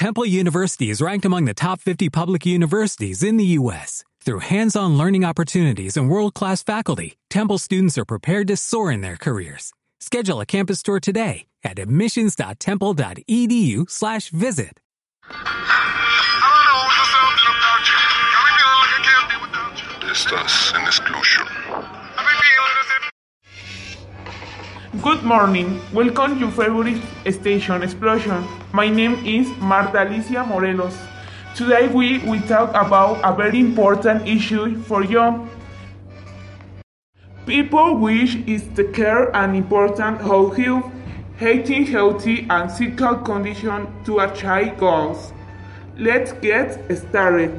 Temple University is ranked among the top 50 public universities in the U.S. Through hands-on learning opportunities and world-class faculty, Temple students are prepared to soar in their careers. Schedule a campus tour today at admissions.temple.edu/visit. Estás en exclusion. Good morning. Welcome to your favorite station, Explosion. My name is Marta Alicia Morelos. Today we talk about a very important issue for you. People wish is the care and important how health, eating healthy and physical condition to achieve goals. Let's get started.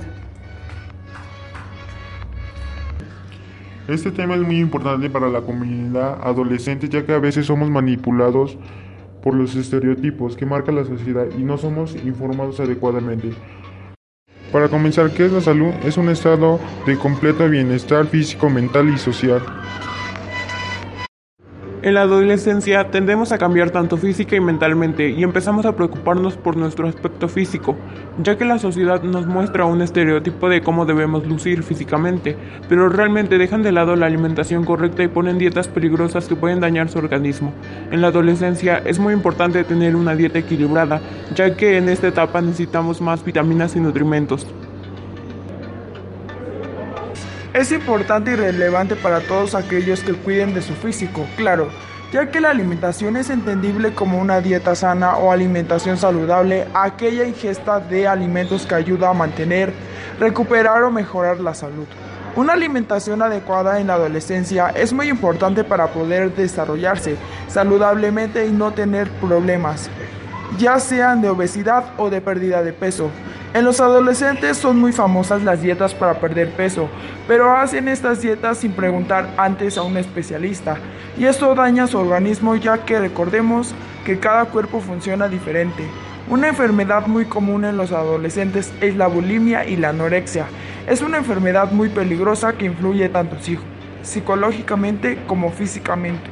Este tema es muy importante para la comunidad adolescente, ya que a veces somos manipulados por los estereotipos que marca la sociedad y no somos informados adecuadamente. Para comenzar, ¿qué es la salud? Es un estado de completo bienestar físico, mental y social. En la adolescencia tendemos a cambiar tanto física y mentalmente y empezamos a preocuparnos por nuestro aspecto físico, ya que la sociedad nos muestra un estereotipo de cómo debemos lucir físicamente, pero realmente dejan de lado la alimentación correcta y ponen dietas peligrosas que pueden dañar su organismo. En la adolescencia es muy importante tener una dieta equilibrada, ya que en esta etapa necesitamos más vitaminas y nutrimentos. Es importante y relevante para todos aquellos que cuiden de su físico, claro, ya que la alimentación es entendible como una dieta sana o alimentación saludable, aquella ingesta de alimentos que ayuda a mantener, recuperar o mejorar la salud. Una alimentación adecuada en la adolescencia es muy importante para poder desarrollarse saludablemente y no tener problemas, ya sean de obesidad o de pérdida de peso. En los adolescentes son muy famosas las dietas para perder peso, pero hacen estas dietas sin preguntar antes a un especialista, y esto daña su organismo, ya que recordemos que cada cuerpo funciona diferente. Una enfermedad muy común en los adolescentes es la bulimia y la anorexia. Es una enfermedad muy peligrosa que influye tanto psicológicamente como físicamente.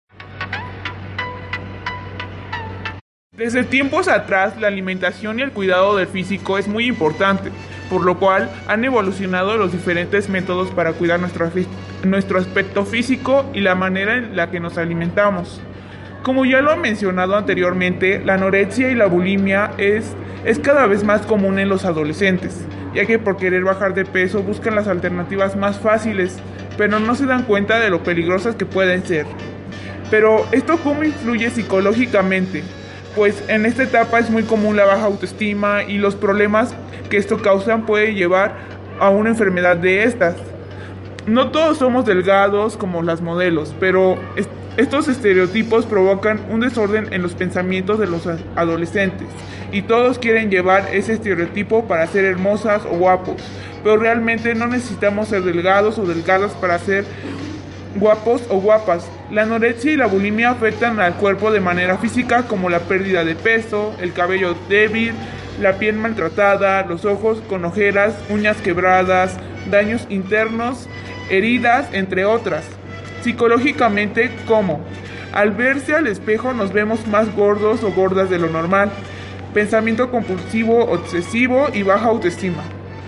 Desde tiempos atrás, la alimentación y el cuidado del físico es muy importante, por lo cual han evolucionado los diferentes métodos para cuidar nuestro aspecto físico y la manera en la que nos alimentamos. Como ya lo he mencionado anteriormente, la anorexia y la bulimia es cada vez más común en los adolescentes, ya que por querer bajar de peso buscan las alternativas más fáciles, pero no se dan cuenta de lo peligrosas que pueden ser. Pero, ¿esto cómo influye psicológicamente? Pues en esta etapa es muy común la baja autoestima y los problemas que esto causan puede llevar a una enfermedad de estas. No todos somos delgados como las modelos, pero estos estereotipos provocan un desorden en los pensamientos de los adolescentes y todos quieren llevar ese estereotipo para ser hermosas o guapos, pero realmente no necesitamos ser delgados o delgadas para ser guapos o guapas. La anorexia y la bulimia afectan al cuerpo de manera física, como la pérdida de peso, el cabello débil, la piel maltratada, los ojos con ojeras, uñas quebradas, daños internos, heridas, entre otras. Psicológicamente, ¿cómo? Al verse al espejo nos vemos más gordos o gordas de lo normal, pensamiento compulsivo, obsesivo y baja autoestima.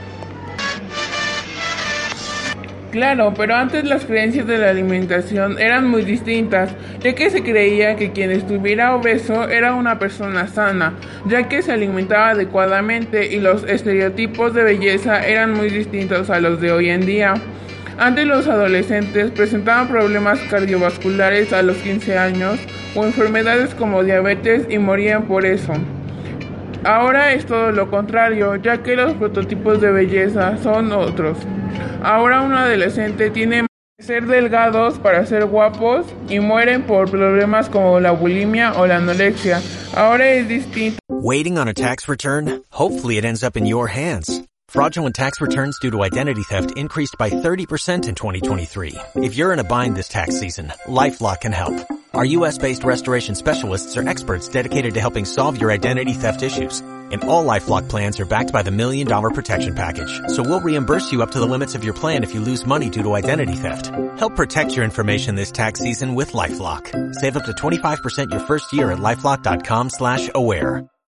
Claro, pero antes las creencias de la alimentación eran muy distintas, ya que se creía que quien estuviera obeso era una persona sana, ya que se alimentaba adecuadamente y los estereotipos de belleza eran muy distintos a los de hoy en día. Antes los adolescentes presentaban problemas cardiovasculares a los 15 años o enfermedades como diabetes y morían por eso. Ahora es todo lo contrario, ya que los prototipos de belleza son otros. Ahora un adolescente tiene que ser delgados para ser guapos y mueren por problemas como la bulimia o la anorexia. Ahora es distinto. Waiting on a tax return? Hopefully it ends up in your hands. Fraudulent tax returns due to identity theft increased by 30% in 2023. If you're in a bind this tax season, LifeLock can help. Our U.S.-based restoration specialists are experts dedicated to helping solve your identity theft issues. And all LifeLock plans are backed by the $1 Million Protection Package. So we'll reimburse you up to the limits of your plan if you lose money due to identity theft. Help protect your information this tax season with LifeLock. Save up to 25% your first year at LifeLock.com/aware.